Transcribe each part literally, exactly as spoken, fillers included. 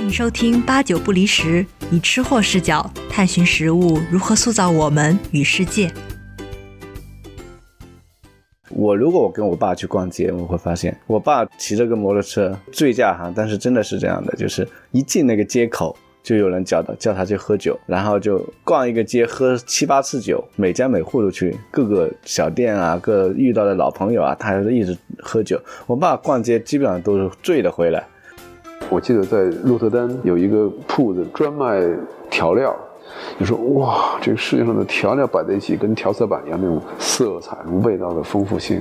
迎收听八九不离十，以吃货视角探寻食物如何塑造我们与世界。 我如果我跟我爸去逛街，我会发现我爸骑着个摩托车，醉驾哈，但是真的是这样的，就是一进那个街口就有人叫的叫他去喝酒，然后就逛一个街喝七八次酒，每家每户都去，各个小店啊，各遇到的老朋友啊，他还是一直喝酒。我爸逛街基本上都是醉的回来。 我记得在鹿特丹有一个铺子专卖调料，你说哇，这个世界上的调料摆在一起，跟调色板一样，那种色彩、味道的丰富性。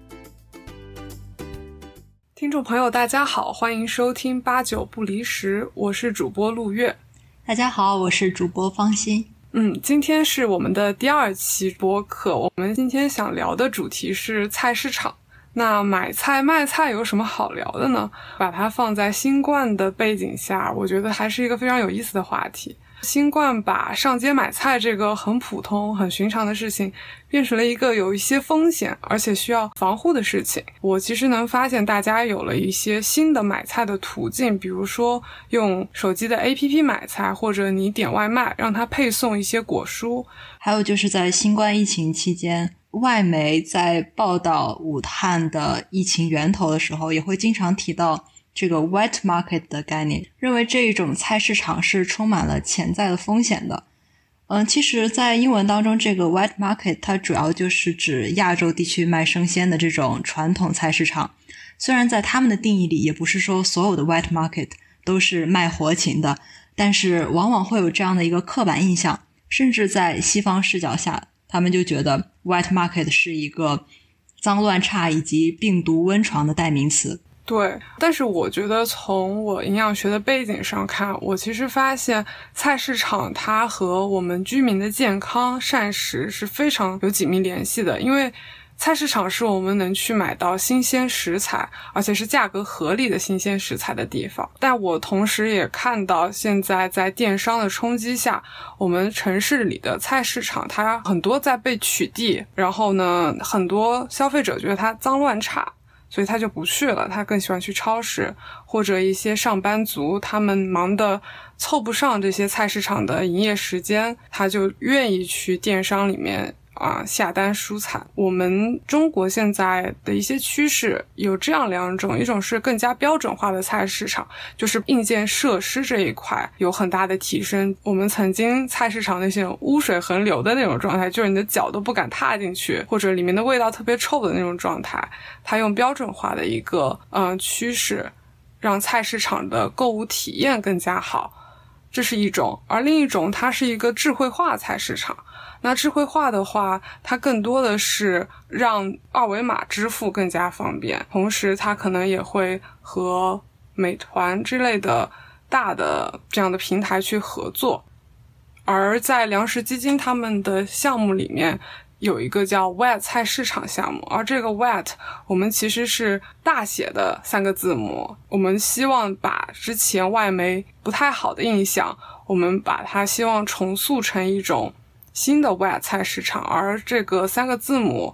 听众朋友大家好，欢迎收听八九不离十，我是主播陆月。 大家好，我是主播方欣。 嗯，今天是我们的第二期播客，我们今天想聊的主题是菜市场。那买菜卖菜有什么好聊的呢？把它放在新冠的背景下，我觉得还是一个非常有意思的话题。新冠把上街买菜这个很普通很寻常的事情变成了一个有一些风险而且需要防护的事情。我其实能发现大家有了一些新的买菜的途径，比如说用手机的 A P P 买菜，或者你点外卖让它配送一些果蔬。 还有就是在新冠疫情期间，外媒在报道武汉的疫情源头的时候也会经常提到这个 wet market 的概念，认为这一种菜市场是充满了潜在的风险的。嗯，其实在英文当中，这个 wet market 它主要就是指亚洲地区卖生鲜的这种传统菜市场。虽然在他们的定义里，也不是说所有的 wet market 都是卖活禽的，但是往往会有这样的一个刻板印象，甚至在西方视角下，他们就觉得 wet market 是一个脏乱差以及病毒温床的代名词。 对，但是我觉得从我营养学的背景上看，我其实发现菜市场它和我们居民的健康膳食是非常有紧密联系的。因为菜市场是我们能去买到新鲜食材，而且是价格合理的新鲜食材的地方。但我同时也看到现在在电商的冲击下，我们城市里的菜市场它很多在被取缔，然后呢，很多消费者觉得它脏乱差，所以他就不去了，他更喜欢去超市，或者一些上班族他们忙得凑不上这些菜市场的营业时间，他就愿意去电商里面啊下单蔬菜。我们中国现在的一些趋势有这样两种，一种是更加标准化的菜市场，就是硬件设施这一块有很大的提升。我们曾经菜市场那些污水横流的那种状态，就是你的脚都不敢踏进去，或者里面的味道特别臭的那种状态，它用标准化的一个嗯趋势让菜市场的购物体验更加好，这是一种。而另一种它是一个智慧化菜市场。那智慧化的话，它更多的是让二维码支付更加方便，同时它可能也会和美团之类的大的这样的平台去合作。而在粮食基金他们的项目里面有一个叫 wet 菜市场项目，而这个 wet 我们其实是大写的三个字母，我们希望把之前外媒不太好的印象，我们把它希望重塑成一种新的 wet 菜市场。而这个三个字母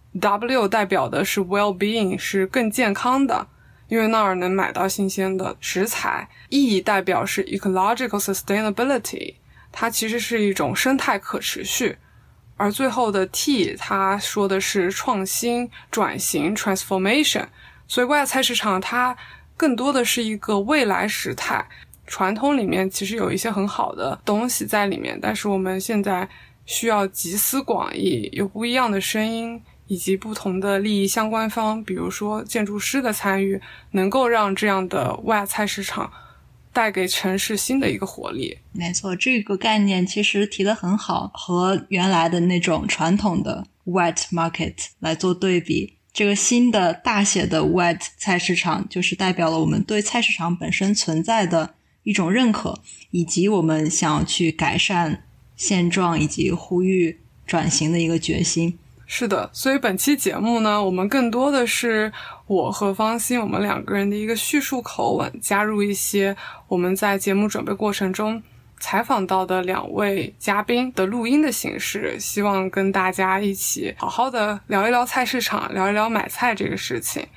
W 代表的是 well-being， 是更健康的，因为那儿能买到新鲜的食材。 E 代表是 ecological sustainability， 它其实是一种生态可持续。而最后的 T 它说的是创新转型 transformation。 所以外菜市场它更多的是一个未来时态。传统里面其实有一些很好的东西在里面，但是我们现在需要集思广益，有不一样的声音以及不同的利益相关方，比如说建筑师的参与，能够让这样的外菜市场带给城市新的一个活力。 没错，这个概念其实提得很好，和原来的那种传统的 wet market 来做对比。这个新的大写的 wet 菜市场就是代表了我们对菜市场本身存在的一种认可，以及我们想要去改善现状以及呼吁转型的一个决心。 是的，所以本期节目呢，我们更多的是我和方欣我们两个人的一个叙述口吻，加入一些我们在节目准备过程中采访到的两位嘉宾的录音的形式，希望跟大家一起好好的聊一聊菜市场，聊一聊买菜这个事情。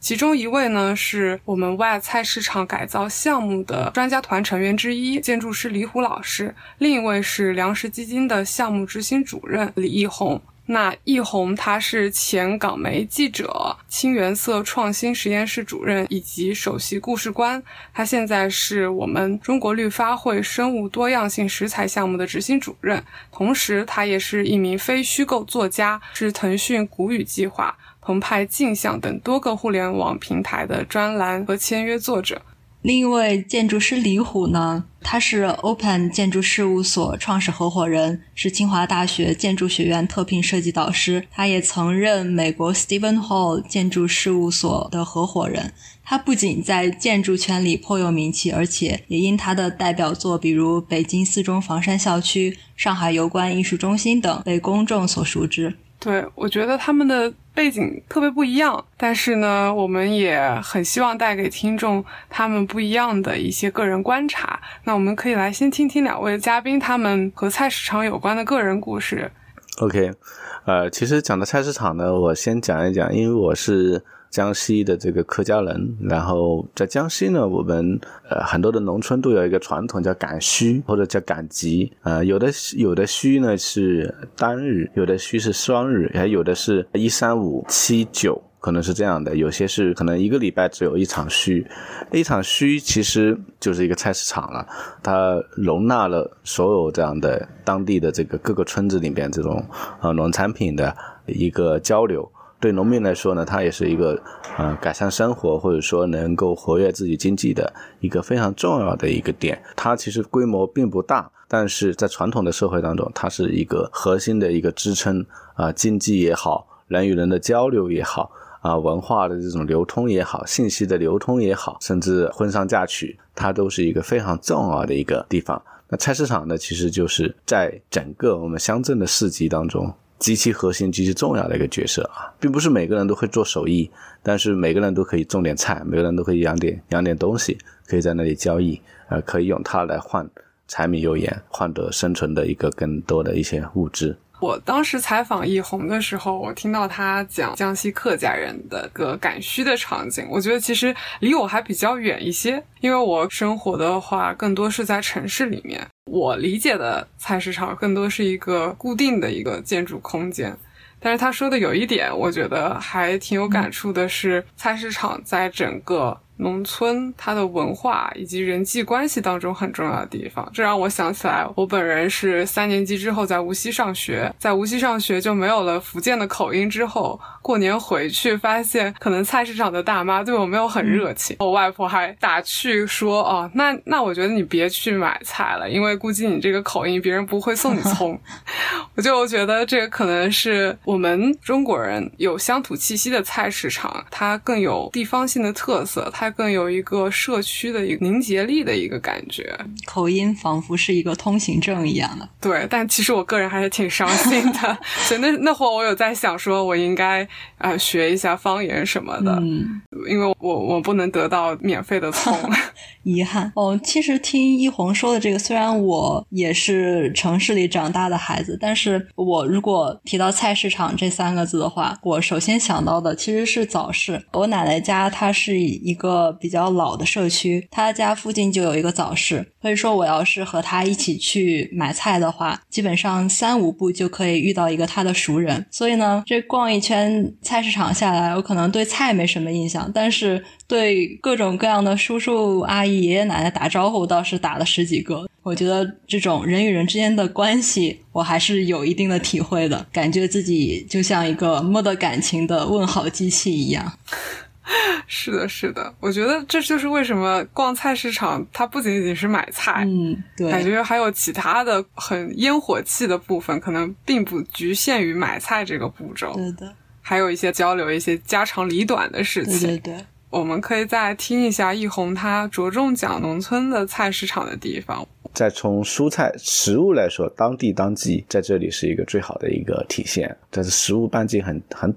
其中一位呢是我们 Y 菜市场改造项目的专家团成员之一，建筑师李虎老师，另一位是粮食基金的项目执行主任李义宏。那义宏他是前港媒记者、氢原色创新实验室主任以及首席故事官，他现在是我们中国绿发会生物多样性食材项目的执行主任，同时他也是一名非虚构作家，是腾讯谷雨计划、澎湃镜像等多个互联网平台的专栏和签约作者。 另一位建筑师李虎呢，他是 Open 建筑事务所创始合伙人，是清华大学建筑学院特聘设计导师，他也曾任美国 Stephen Hall 建筑事务所的合伙人。他不仅在建筑圈里颇有名气，而且也因他的代表作比如北京四中房山校区、上海油官艺术中心等被公众所熟知。 对，我觉得他们的背景特别不一样，但是呢，我们也很希望带给听众他们不一样的一些个人观察。那我们可以来先听听两位嘉宾他们和菜市场有关的个人故事。 OK， 呃，其实讲到菜市场呢，我先讲一讲，因为我是江西的这个客家人，然后在江西呢，我们呃很多的农村都有一个传统叫赶墟或者叫赶集，呃有的有的墟呢是单日，有的墟是双日，还有的是一三五七九，可能是这样的，有些是可能一个礼拜只有一场墟。一场墟其实就是一个菜市场了，它容纳了所有这样的当地的这个各个村子里边这种呃农产品的一个交流。对农民来说呢，它也是一个呃改善生活或者说能够活跃自己经济的一个非常重要的一个点。它其实规模并不大，但是在传统的社会当中，它是一个核心的一个支撑啊、呃，经济也好，人与人的交流也好啊、呃，文化的这种流通也好，信息的流通也好，甚至婚丧嫁娶，它都是一个非常重要的一个地方。那菜市场呢，其实就是在整个我们乡镇的市集当中极其核心极其重要的一个角色啊，并不是每个人都会做手艺，但是每个人都可以种点菜，每个人都可以养点养点东西，可以在那里交易，呃，可以用它来换柴米油盐，换得生存的一个更多的一些物质。 我当时采访易宏的时候，我听到他讲江西客家人的个赶墟的场景，我觉得其实离我还比较远一些，因为我生活的话更多是在城市里面，我理解的菜市场更多是一个固定的一个建筑空间。但是他说的有一点我觉得还挺有感触的是，菜市场在整个农村它的文化以及人际关系当中很重要的地方。这让我想起来，我本人是三年级之后在无锡上学，在无锡上学就没有了福建的口音，之后过年回去发现可能菜市场的大妈对我没有很热情、嗯、我外婆还打趣说哦，那那我觉得你别去买菜了，因为估计你这个口音别人不会送你葱我就觉得这个可能是我们中国人有乡土气息的菜市场，它更有地方性的特色，它更有一个社区的一个凝结力的一个感觉， 口音仿佛是一个通行证一样的。 对，但其实我个人还是挺伤心的所以那那会儿我有在想说我应该呃学一下方言什么的，嗯，因为我我不能得到免费的葱遗憾哦。其实听一宏说的这个，虽然我也是城市里长大的孩子，但是我如果提到菜市场这三个字的话，我首先想到的其实是早市。我奶奶家它是一个比较老的社区，她家附近就有一个早市，所以说我要是和她一起去买菜的话，基本上三五步就可以遇到一个她的熟人。所以呢，这逛一圈菜市场下来，我可能对菜没什么印象，但是对各种各样的叔叔阿姨爷爷奶奶打招呼倒是打了十几个。我觉得这种人与人之间的关系我还是有一定的体会的，感觉自己就像一个没得感情的问好机器一样。 是的是的，我觉得这就是为什么逛菜市场它不仅仅是买菜， 嗯，对， 感觉还有其他的很烟火气的部分，可能并不局限于买菜这个步骤。 对的， 还有一些交流一些家长里短的事情。 对对对， 我们可以再听一下一宏他着重讲农村的菜市场的地方。 再从蔬菜食物来说，当地当季在这里是一个最好的一个体现，但是食物半径很很短，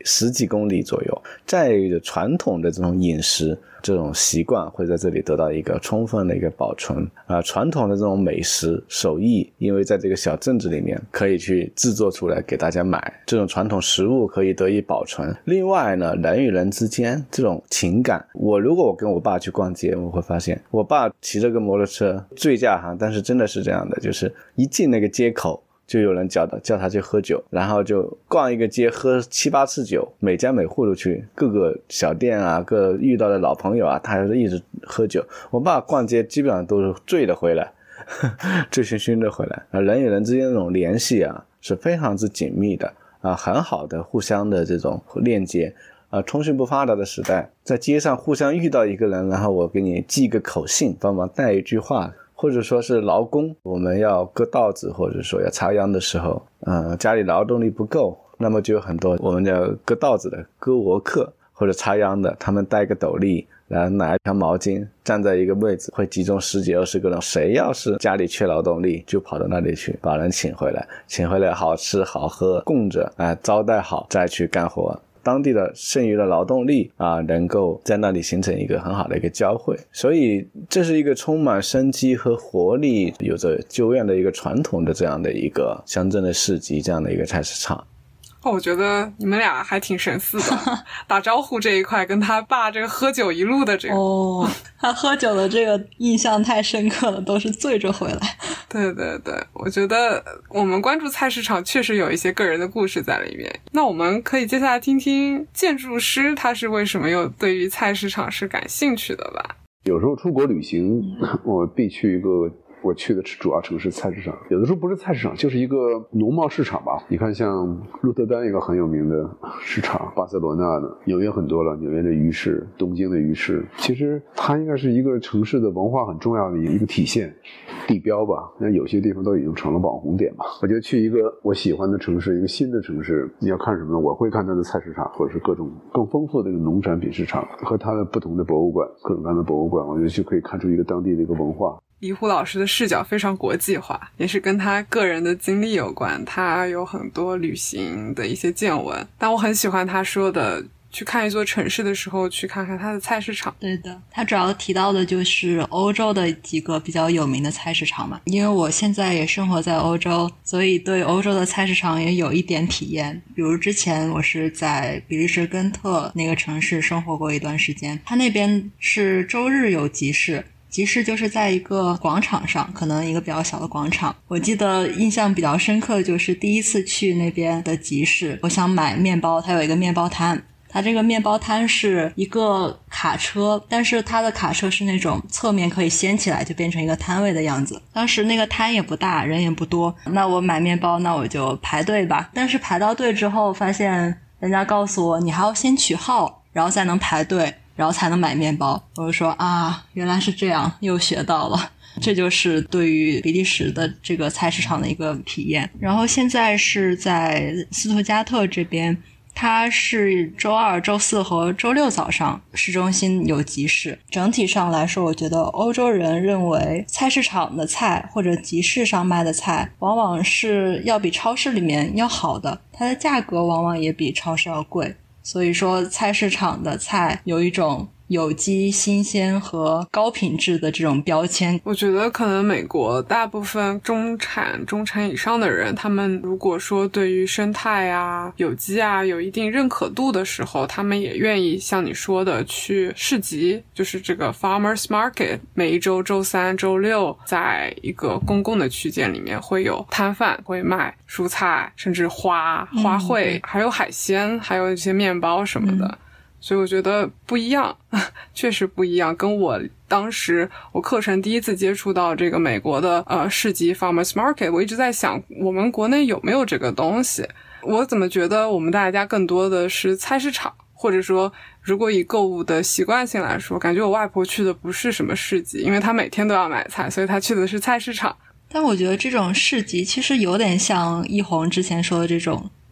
十几公里左右。再有一个传统的这种饮食这种习惯会在这里得到一个充分的一个保存啊、呃，传统的这种美食手艺，因为在这个小镇子里面可以去制作出来给大家买，这种传统食物可以得以保存。另外呢，人与人之间这种情感，我如果我跟我爸去逛街，我会发现我爸骑着个摩托车，醉驾哈，但是真的是这样的，就是一进那个街口就有人叫的叫他去喝酒，然后就逛一个街喝七八次酒，每家每户都去，各个小店啊，各遇到的老朋友啊，他还是一直喝酒。我爸逛街基本上都是醉的回来，醉醺醺的回来。啊，人与人之间那种联系啊是非常之紧密的啊，很好的互相的这种链接。啊，通讯不发达的时代，在街上互相遇到一个人，然后我给你寄个口信，帮忙带一句话，或者说是劳工，我们要割稻子或者说要插秧的时候，呃，家里劳动力不够，那么就有很多我们叫割稻子的割沃客或者插秧的，他们带个斗笠，然后拿一条毛巾，站在一个位置，会集中十几二十个人，谁要是家里缺劳动力，就跑到那里去把人请回来，请回来好吃好喝供着，啊、呃，招待好再去干活。当地的剩余的劳动力啊，能够在那里形成一个很好的一个交汇，所以这是一个充满生机和活力，有着久远的一个传统的这样的一个乡镇的市集，这样的一个菜市场。 哦，我觉得你们俩还挺神似的，打招呼这一块跟他爸这个喝酒一路的这个， 哦，他喝酒的这个印象太深刻了，都是醉着回来。 对对对，我觉得我们关注菜市场确实有一些个人的故事在里面。那我们可以接下来听听建筑师他是为什么又对于菜市场是感兴趣的吧。 有时候出国旅行，我必去一个我去的主要城市菜市场，有的时候不是菜市场，就是一个农贸市场吧。你看像鹿特丹一个很有名的市场，巴塞罗那的，纽约很多了，纽约的鱼市，东京的鱼市，其实它应该是一个城市的文化很重要的一个体现，地标吧。那有些地方都已经成了网红点吧。我觉得去一个我喜欢的城市，一个新的城市，你要看什么呢？我会看它的菜市场，或者是各种更丰富的这个农产品市场和它的不同的博物馆，各种各样的博物馆，我觉得就可以看出一个当地的一个文化。 李虎老师的视角非常国际化，也是跟他个人的经历有关，他有很多旅行的一些见闻，但我很喜欢他说的去看一座城市的时候去看看它的菜市场。 对的，他主要提到的就是欧洲的几个比较有名的菜市场嘛，因为我现在也生活在欧洲，所以对欧洲的菜市场也有一点体验。比如之前我是在比利时根特那个城市生活过一段时间，他那边是周日有集市，集市就是在一个广场上，可能一个比较小的广场。我记得印象比较深刻的就是第一次去那边的集市，我想买面包，它有一个面包摊，它这个面包摊是一个卡车，但是它的卡车是那种侧面可以掀起来就变成一个摊位的样子。当时那个摊也不大，人也不多，那我买面包那我就排队吧。但是排到队之后发现人家告诉我你还要先取号，然后才能排队，然后才能买面包。我就说啊，原来是这样，又学到了。这就是对于比利时的这个菜市场的一个体验。然后现在是在斯图加特这边，它是周二、周四和周六早上市中心有集市。整体上来说，我觉得欧洲人认为菜市场的菜或者集市上卖的菜往往是要比超市里面要好的，它的价格往往也比超市要贵。所以说菜市场的菜有一种有机、新鲜和高品质的这种标签。 我觉得可能美国大部分中产、中产以上的人，他们如果说对于生态啊、有机啊有一定认可度的时候，他们也愿意像你说的去市集，就是这个 farmers market， 每一周周三、周六在一个公共的区间里面会有摊贩会卖蔬菜，甚至花、花卉、嗯、还有海鲜，还有一些面包什么的。嗯，所以我觉得不一样，确实不一样，跟我当时我课程第一次接触到这个美国的呃市集 farmers market， 我一直在想我们国内有没有这个东西。我怎么觉得我们大家更多的是菜市场，或者说如果以购物的习惯性来说，感觉我外婆去的不是什么市集，因为她每天都要买菜，所以她去的是菜市场。 但我觉得这种市集其实有点像一红之前说的这种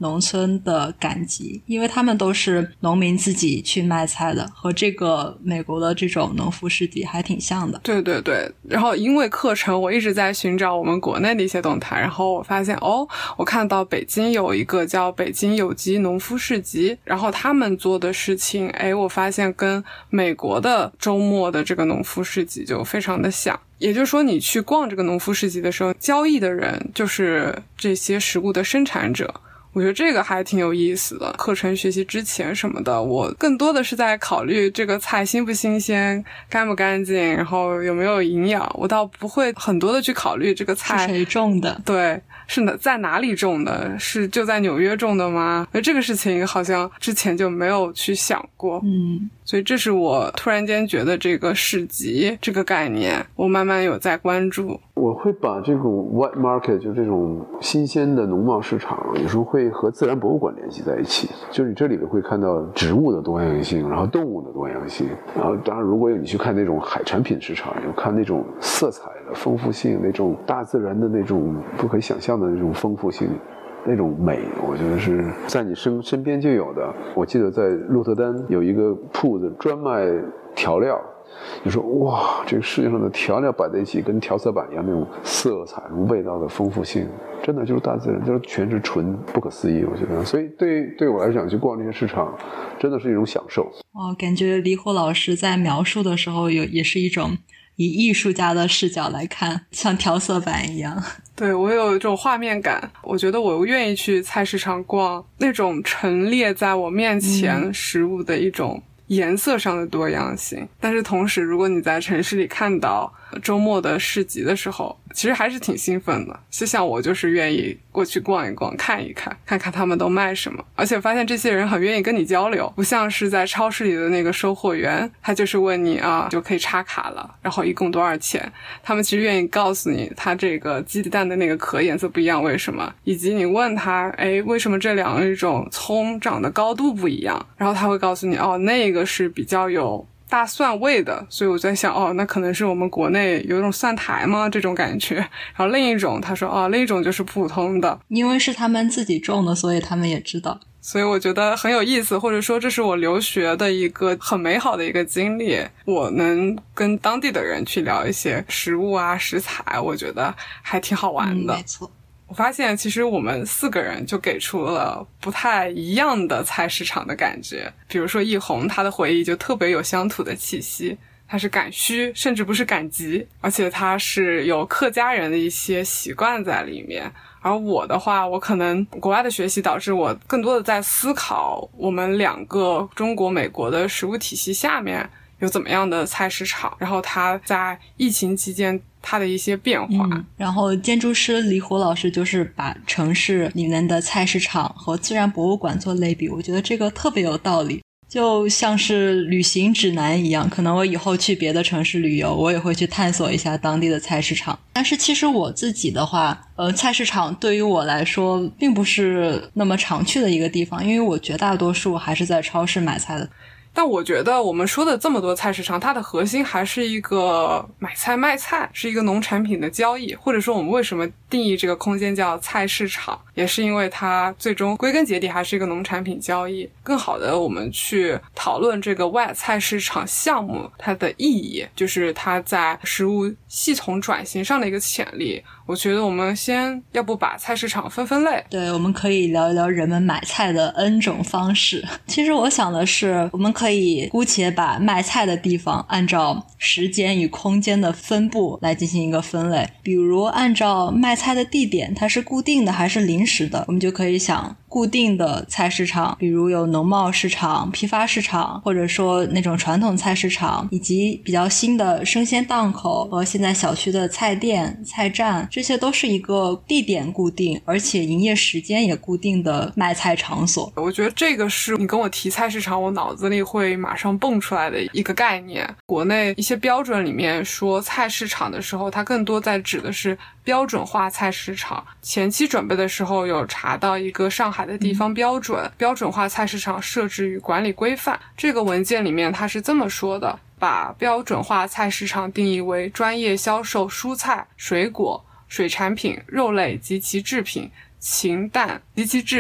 农村的赶集，因为他们都是农民自己去卖菜的，和这个美国的这种农夫市集还挺像的。 对对对，然后因为课程我一直在寻找我们国内的一些动态，然后我发现哦，我看到北京有一个叫北京有机农夫市集，然后他们做的事情，诶，我发现跟美国的周末的这个农夫市集就非常的像。也就是说，你去逛这个农夫市集的时候，交易的人就是这些食物的生产者。我觉得这个还挺有意思的。课程学习之前什么的，我更多的是在考虑这个菜新不新鲜，干不干净，然后有没有营养。我倒不会很多的去考虑这个菜是谁种的， 对，是在哪里种的，是就在纽约种的吗？而这个事情好像之前就没有去想过。 嗯， 所以这是我突然间觉得这个市集这个概念我慢慢有在关注。 我会把这种 wet market 就这种新鲜的农贸市场有时候会和自然博物馆联系在一起，就是你这里面会看到植物的多样性，然后动物的多样性，然后当然如果你去看那种海产品市场，有看那种色彩的丰富性，那种大自然的那种不可以想象的那种丰富性，那种美，我觉得是在你身身边就有的。我记得在鹿特丹有一个铺子专卖调料，你说哇，这个世界上的调料摆在一起跟调色板一样，那种色彩味道的丰富性，真的就是大自然，就是全是纯不可思议，我觉得。所以对对我来讲，去逛这些市场真的是一种享受。 哦，感觉李虎老师在描述的时候有也是一种以艺术家的视角来看，像调色板一样。 对，我有一种画面感，我觉得我愿意去菜市场逛，那种陈列在我面前食物的一种颜色上的多样性、嗯、但是同时如果你在城市里看到周末的市集的时候，其实还是挺兴奋的。就像我就是愿意过去逛一逛，看一看，看看他们都卖什么，而且发现这些人很愿意跟你交流，不像是在超市里的那个售货员，他就是问你啊就可以插卡了，然后一共多少钱，他们其实愿意告诉你他这个鸡蛋的那个壳颜色不一样为什么，以及你问他诶为什么这两一种葱长的高度不一样，然后他会告诉你哦那个是比较有大蒜味的，所以我在想哦那可能是我们国内有一种蒜苔吗这种感觉，然后另一种他说哦另一种就是普通的， 因为是他们自己种的，所以他们也知道。 所以我觉得很有意思，或者说这是我留学的一个很美好的一个经历，我能跟当地的人去聊一些食物啊食材，我觉得还挺好玩的、 嗯、没错。 我发现其实我们四个人就给出了不太一样的菜市场的感觉，比如说一红他的回忆就特别有乡土的气息，他是赶墟甚至不是赶集，而且他是有客家人的一些习惯在里面。而我的话，我可能国外的学习导致我更多的在思考我们两个中国美国的食物体系下面有怎么样的菜市场，然后它在疫情期间它的一些变化、 嗯、然后建筑师李虎老师就是把城市里面的菜市场和自然博物馆做类比，我觉得这个特别有道理，就像是旅行指南一样，可能我以后去别的城市旅游，我也会去探索一下当地的菜市场。但是其实我自己的话呃，菜市场对于我来说并不是那么常去的一个地方，因为我绝大多数还是在超市买菜的。 但我觉得我们说的这么多菜市场，它的核心还是一个买菜卖菜，是一个农产品的交易，或者说我们为什么定义这个空间叫菜市场，也是因为它最终归根结底还是一个农产品交易。更好的我们去讨论这个外菜市场项目它的意义，就是它在食物系统转型上的一个潜力。我觉得我们先要不把菜市场分分类。 对，我们可以聊一聊人们买菜的 N 种方式。其实我想的是，我们可以姑且把卖菜的地方按照时间与空间的分布来进行一个分类。比如按照卖菜的地点，它是固定的还是临时的，我们就可以想固定的菜市场，比如有农贸市场、批发市场，或者说那种传统菜市场，以及比较新的生鲜档口和现在小区的菜店、菜站，这些都是一个地点固定而且营业时间也固定的卖菜场所。 我觉得这个是你跟我提菜市场我脑子里会马上蹦出来的一个概念。国内一些标准里面说菜市场的时候，它更多在指的是标准化菜市场。前期准备的时候有查到一个上海的地方标准、嗯、标准化菜市场设置与管理规范，这个文件里面它是这么说的，把标准化菜市场定义为专业销售蔬菜、水果、水产品、肉类及其制品、禽蛋及其制品、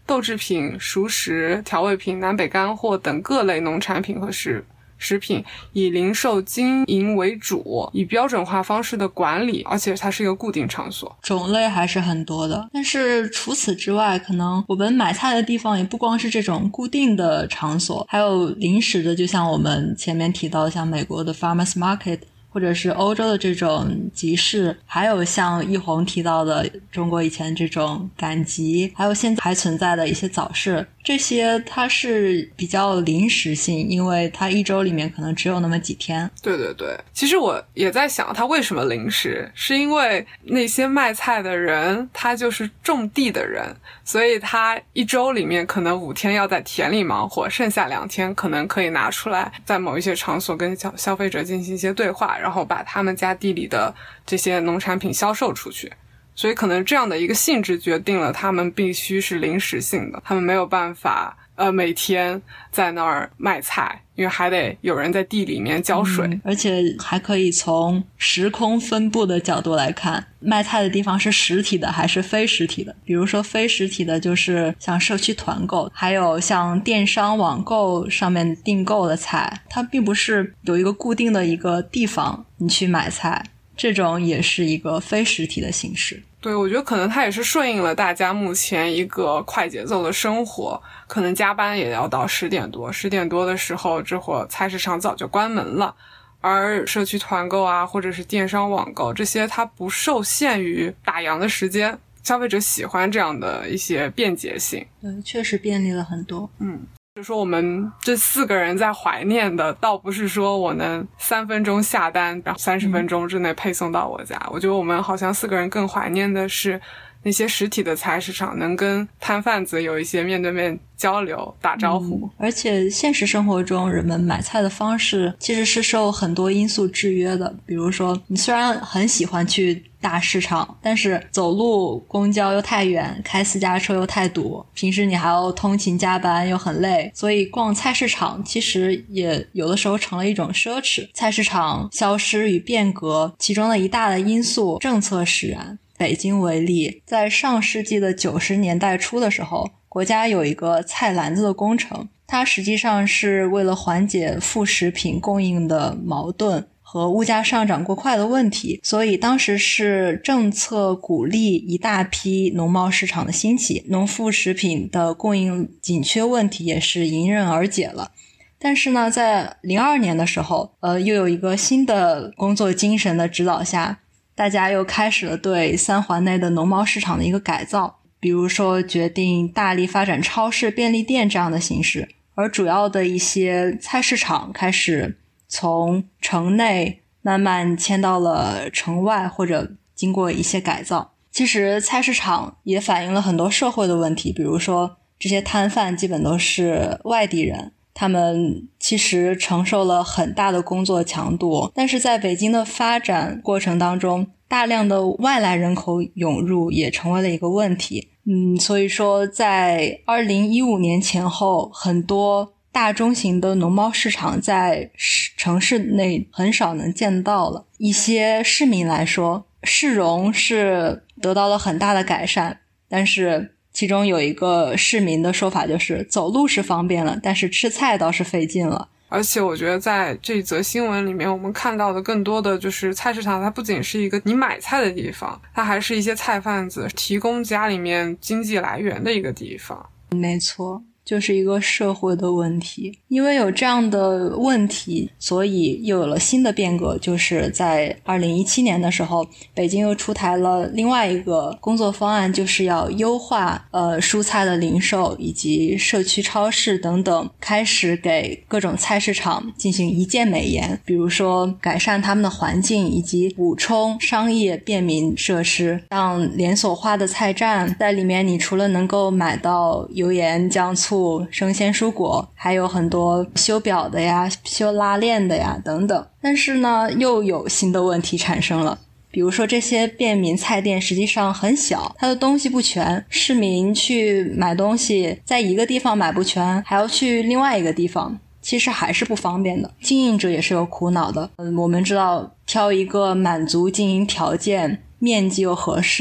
豆制品、熟食、调味品、南北干货等各类农产品和食食品，以零售经营为主，以标准化方式的管理，而且它是一个固定场所， 种类还是很多的。但是除此之外，可能我们买菜的地方也不光是这种固定的场所，还有临时的，就像我们前面提到的像美国的 Farmers Market，或者是欧洲的这种集市，还有像一红提到的中国以前这种赶集，还有现在还存在的一些早市，这些它是比较临时性，因为它一周里面可能只有那么几天。 对对对，其实我也在想它为什么临时，是因为那些卖菜的人他就是种地的人，所以他一周里面可能五天要在田里忙活，剩下两天可能可以拿出来在某一些场所跟消消费者进行一些对话，然后把他们家地里的这些农产品销售出去。所以可能这样的一个性质决定了他们必须是临时性的，他们没有办法呃每天在那儿卖菜，因为还得有人在地里面浇水、 嗯、而且还可以从时空分布的角度来看，卖菜的地方是实体的还是非实体的。比如说非实体的就是像社区团购，还有像电商网购上面订购的菜，它并不是有一个固定的一个地方你去买菜，这种也是一个非实体的形式。 对，我觉得可能它也是顺应了大家目前一个快节奏的生活，可能加班也要到十点多，十点多的时候这会儿菜市场早就关门了。而社区团购啊，或者是电商网购，这些它不受限于打烊的时间，消费者喜欢这样的一些便捷性。 对，确实便利了很多。 嗯。就是说我们这四个人在怀念的倒不是说我能三分钟下单然后三十分钟之内配送到我家、嗯、我觉得我们好像四个人更怀念的是那些实体的菜市场，能跟摊贩子有一些面对面交流打招呼、 嗯、而且现实生活中人们买菜的方式其实是受很多因素制约的。比如说你虽然很喜欢去大市场，但是走路公交又太远，开私家车又太堵，平时你还要通勤加班又很累，所以逛菜市场其实也有的时候成了一种奢侈。菜市场消失与变革其中的一大的因素政策使然。北京为例，在上世纪的九十年代初的时候，国家有一个菜篮子的工程，它实际上是为了缓解副食品供应的矛盾和物价上涨过快的问题，所以当时是政策鼓励一大批农贸市场的兴起，农副食品的供应紧缺问题也是迎刃而解了。但是呢，在零二年的时候，呃，又有一个新的工作精神的指导下，大家又开始了对三环内的农贸市场的一个改造，比如说决定大力发展超市、便利店这样的形式，而主要的一些菜市场开始从城内慢慢迁到了城外，或者经过一些改造。其实菜市场也反映了很多社会的问题，比如说这些摊贩基本都是外地人，他们其实承受了很大的工作强度，但是在北京的发展过程当中，大量的外来人口涌入也成为了一个问题。嗯，所以说在二零一五年前后，很多大中型的农贸市场在城市内很少能见到了。一些市民来说，市容是得到了很大的改善，但是其中有一个市民的说法就是走路是方便了，但是吃菜倒是费劲了。 而且我觉得在这则新闻里面我们看到的更多的就是菜市场它不仅是一个你买菜的地方，它还是一些菜贩子提供家里面经济来源的一个地方。 没错，就是一个社会的问题。因为有这样的问题，所以又有了新的变革，就是在二零一七年的时候，北京又出台了另外一个工作方案，就是要优化呃蔬菜的零售以及社区超市等等，开始给各种菜市场进行一键美颜，比如说改善他们的环境以及补充商业便民设施，像连锁化的菜站，在里面你除了能够买到油盐酱醋生鲜蔬果，还有很多修表的呀、修拉链的呀等等。但是呢，又有新的问题产生了，比如说这些便民菜店实际上很小，它的东西不全，市民去买东西在一个地方买不全，还要去另外一个地方，其实还是不方便的，经营者也是有苦恼的。嗯，我们知道挑一个满足经营条件、面积又合适、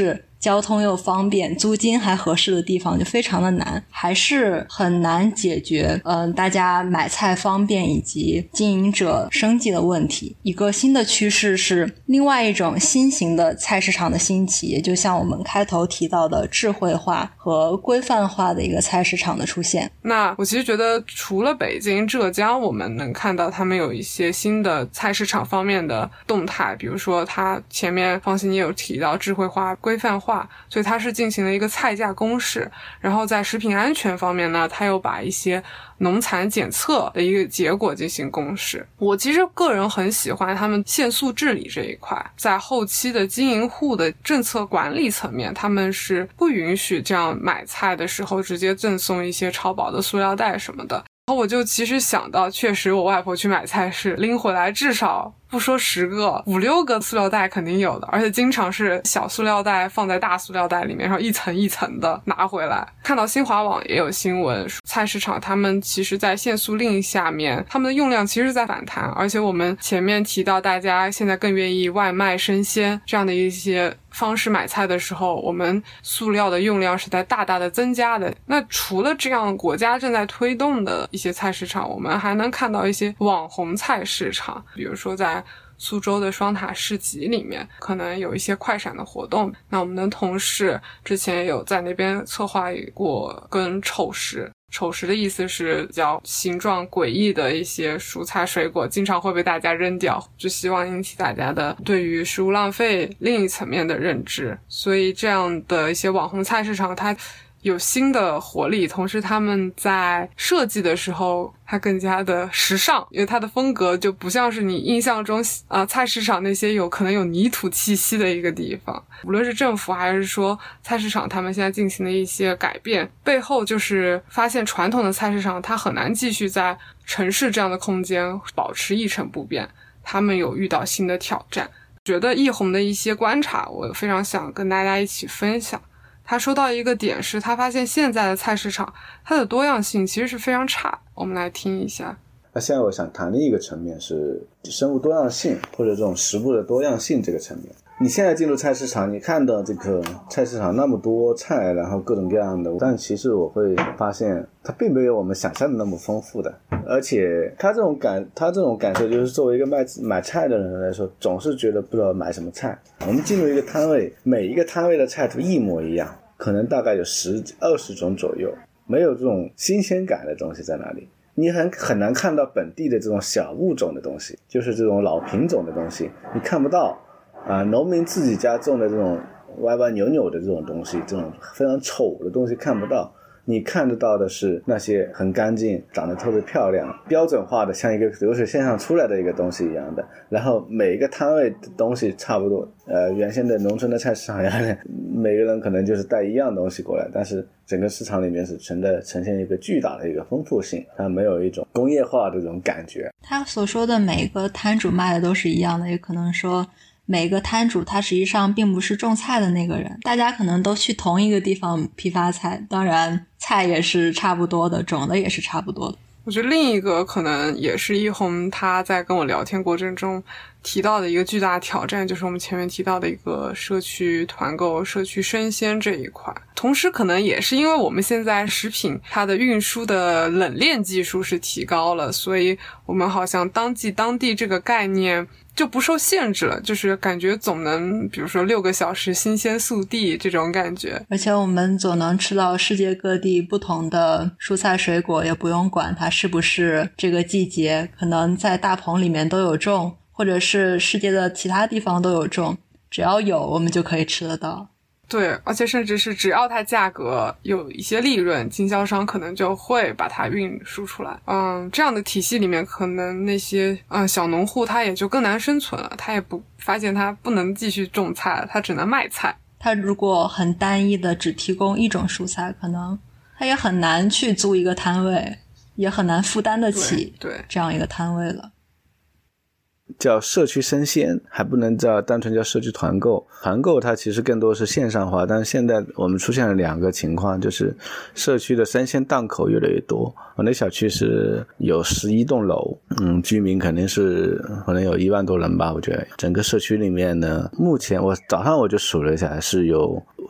交通又方便，租金还合适的地方就非常的难，还是很难解决嗯、呃、大家买菜方便以及经营者生计的问题。一个新的趋势是另外一种新型的菜市场的兴起，也就像我们开头提到的智慧化和规范化的一个菜市场的出现。 那我其实觉得除了北京、浙江，我们能看到他们有一些新的菜市场方面的动态，比如说他前面方欣也有提到智慧化、规范化，所以它是进行了一个菜价公示。然后在食品安全方面呢，它又把一些农残检测的一个结果进行公示。我其实个人很喜欢他们限塑治理这一块，在后期的经营户的政策管理层面，他们是不允许这样买菜的时候直接赠送一些超薄的塑料袋什么的。然后我就其实想到，确实我外婆去买菜是拎回来至少不说十个五六个塑料袋肯定有的，而且经常是小塑料袋放在大塑料袋里面，然后一层一层的拿回来。看到新华网也有新闻，菜市场他们其实在限塑令下面，他们的用量其实是在反弹，而且我们前面提到大家现在更愿意外卖生鲜这样的一些方式买菜的时候，我们塑料的用量是在大大的增加的。那除了这样国家正在推动的一些菜市场，我们还能看到一些网红菜市场，比如说在苏州的双塔市集里面可能有一些快闪的活动。那我们的同事之前也有在那边策划过跟丑食，丑食的意思是比较形状诡异的一些蔬菜水果经常会被大家扔掉，就希望引起大家的对于食物浪费另一层面的认知。所以这样的一些网红菜市场它有新的活力，同时他们在设计的时候它更加的时尚，因为它的风格就不像是你印象中啊、呃、菜市场那些有可能有泥土气息的一个地方。无论是政府还是说菜市场他们现在进行的一些改变，背后就是发现传统的菜市场它很难继续在城市这样的空间保持一成不变，他们有遇到新的挑战。觉得易红的一些观察我非常想跟大家一起分享。他说到一个点是他发现现在的菜市场它的多样性其实是非常差，我们来听一下。 那现在我想谈的一个层面是生物多样性，或者这种食物的多样性这个层面。你现在进入菜市场，你看到这个菜市场那么多菜，然后各种各样的，但其实我会发现它并没有我们想象的那么丰富的。而且他这种感他这种感受就是作为一个卖买菜的人来说，总是觉得不知道买什么菜。我们进入一个摊位，每一个摊位的菜都一模一样，可能大概有十二十种左右，没有这种新鲜感的东西在哪里。你很很难看到本地的这种小物种的东西，就是这种老品种的东西你看不到啊，农民自己家种的这种歪歪扭扭的这种东西，这种非常丑的东西看不到。你看得到的是那些很干净，长得特别漂亮，标准化的像一个流水线上出来的一个东西一样的。然后每一个摊位的东西差不多，呃，原先的农村的菜市场一样的，每个人可能就是带一样东西过来，但是整个市场里面是呈的呈现一个巨大的一个丰富性，它没有一种工业化的这种感觉。 他所说的每个摊主卖的都是一样的，也可能说每个摊主他实际上并不是种菜的那个人，大家可能都去同一个地方批发菜，当然菜也是差不多的，种的也是差不多的。 我觉得另一个可能也是一红他在跟我聊天过程中提到的一个巨大的挑战，就是我们前面提到的一个社区团购、社区生鲜这一块。同时可能也是因为我们现在食品它的运输的冷链技术是提高了，所以我们好像当季当地这个概念就不受限制了，就是感觉总能比如说六个小时新鲜速递这种感觉。 而且我们总能吃到世界各地不同的蔬菜水果，也不用管它是不是这个季节，可能在大棚里面都有种，或者是世界的其他地方都有种，只要有我们就可以吃得到。 对，而且甚至是只要它价格有一些利润，经销商可能就会把它运输出来。嗯，这样的体系里面，可能那些嗯小农户他也就更难生存了，他也不发现他不能继续种菜了，他只能卖菜。 他如果很单一的只提供一种蔬菜，可能他也很难去租一个摊位，也很难负担得起对这样一个摊位了。 叫社区生鲜，还不能叫单纯叫社区团购。团购它其实更多是线上化，但是现在我们出现了两个情况，就是社区的生鲜档口越来越多。我那小区是有十一栋楼，嗯，居民肯定是可能有一万多人吧，我觉得。整个社区里面呢，目前我早上我就数了一下，是有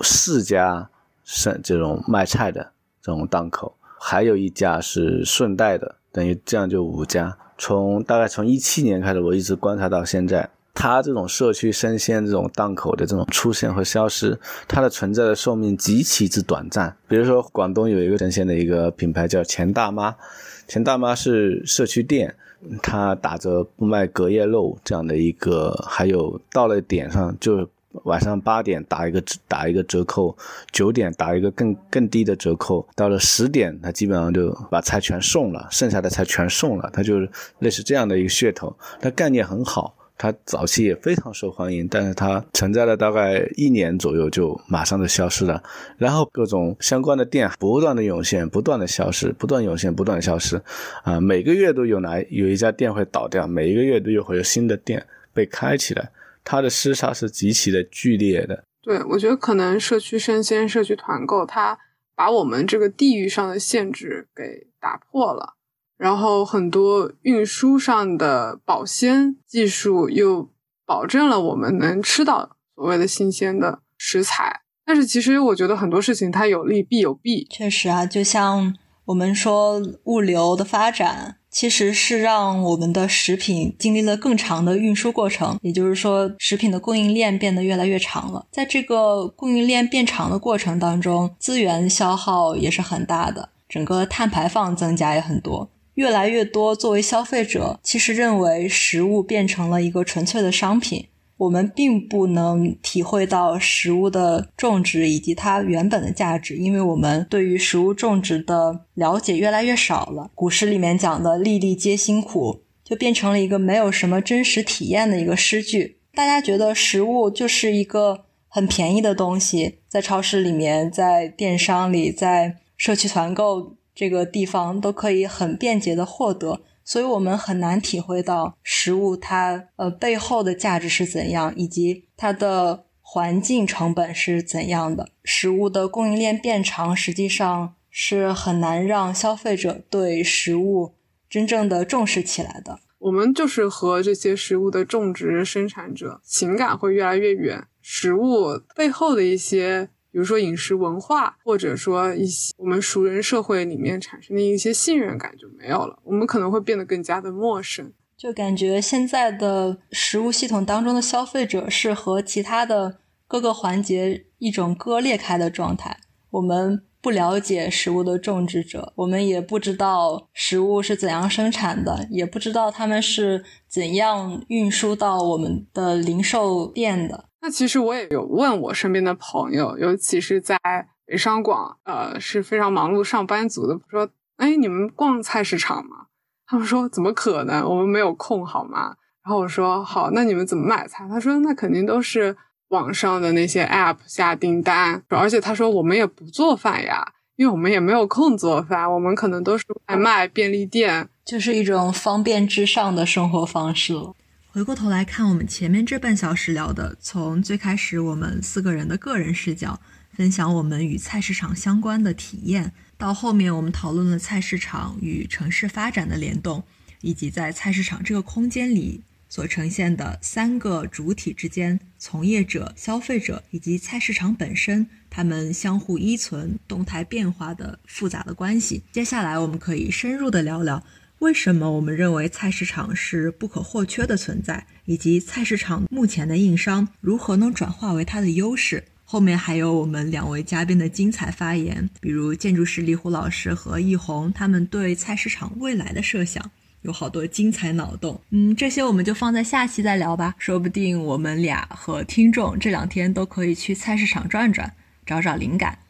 四家是这种卖菜的这种档口，还有一家是顺带的，等于这样就五家。从大概从一七年开始，我一直观察到现在，它这种社区生鲜这种档口的这种出现和消失，它的存在的寿命极其之短暂。比如说广东有一个生鲜的一个品牌叫钱大妈，钱大妈是社区店，它打折不卖隔夜肉这样的一个，还有到了点上就晚上八点打一个打一个折扣，九点打一个更更低的折扣，到了十点他基本上就把菜全送了，剩下的菜全送了，它就是类似这样的一个噱头。它概念很好，它早期也非常受欢迎，但是它存在了大概一年左右就马上就消失了，然后各种相关的店不断的涌现，不断的消失，不断涌现，不断消失啊、呃，每个月都有哪有一家店会倒掉，每一个月都有会有新的店被开起来，它的厮杀是极其的剧烈的。 对，我觉得可能社区生鲜、社区团购，它把我们这个地域上的限制给打破了，然后很多运输上的保鲜技术又保证了我们能吃到所谓的新鲜的食材。但是其实我觉得很多事情它有利必有弊。 确实啊，就像我们说物流的发展其实是让我们的食品经历了更长的运输过程，也就是说食品的供应链变得越来越长了。在这个供应链变长的过程当中，资源消耗也是很大的，整个碳排放增加也很多。越来越多作为消费者其实认为食物变成了一个纯粹的商品，我们并不能体会到食物的种植以及它原本的价值，因为我们对于食物种植的了解越来越少了。古诗里面讲的粒粒皆辛苦就变成了一个没有什么真实体验的一个诗句。大家觉得食物就是一个很便宜的东西，在超市里面，在电商里，在社区团购这个地方都可以很便捷的获得，所以我们很难体会到食物它呃背后的价值是怎样，以及它的环境成本是怎样的。食物的供应链变长，实际上是很难让消费者对食物真正的重视起来的。 我们就是和这些食物的种植生产者情感会越来越远，食物背后的一些比如说饮食文化，或者说一些我们熟人社会里面产生的一些信任感就没有了，我们可能会变得更加的陌生。 就感觉现在的食物系统当中的消费者是和其他的各个环节一种割裂开的状态，我们不了解食物的种植者，我们也不知道食物是怎样生产的，也不知道他们是怎样运输到我们的零售店的。 那其实我也有问我身边的朋友，尤其是在北上广呃是非常忙碌上班族的，说哎你们逛菜市场吗？他们说怎么可能，我们没有空好吗？然后我说好，那你们怎么买菜？他说那肯定都是网上的那些 app 下订单，而且他说我们也不做饭呀，因为我们也没有空做饭，我们可能都是外卖便利店， 就是一种方便至上的生活方式了。回过头来看我们前面这半小时聊的，从最开始我们四个人的个人视角分享我们与菜市场相关的体验，到后面我们讨论了菜市场与城市发展的联动，以及在菜市场这个空间里所呈现的三个主体之间，从业者、消费者以及菜市场本身，他们相互依存、动态变化的复杂的关系。接下来我们可以深入的聊聊为什么我们认为菜市场是不可或缺的存在，以及菜市场目前的硬伤如何能转化为它的优势。后面还有我们两位嘉宾的精彩发言，比如建筑师李虎老师和易红，他们对菜市场未来的设想有好多精彩脑洞。嗯，这些我们就放在下期再聊吧，说不定我们俩和听众这两天都可以去菜市场转转，找找灵感。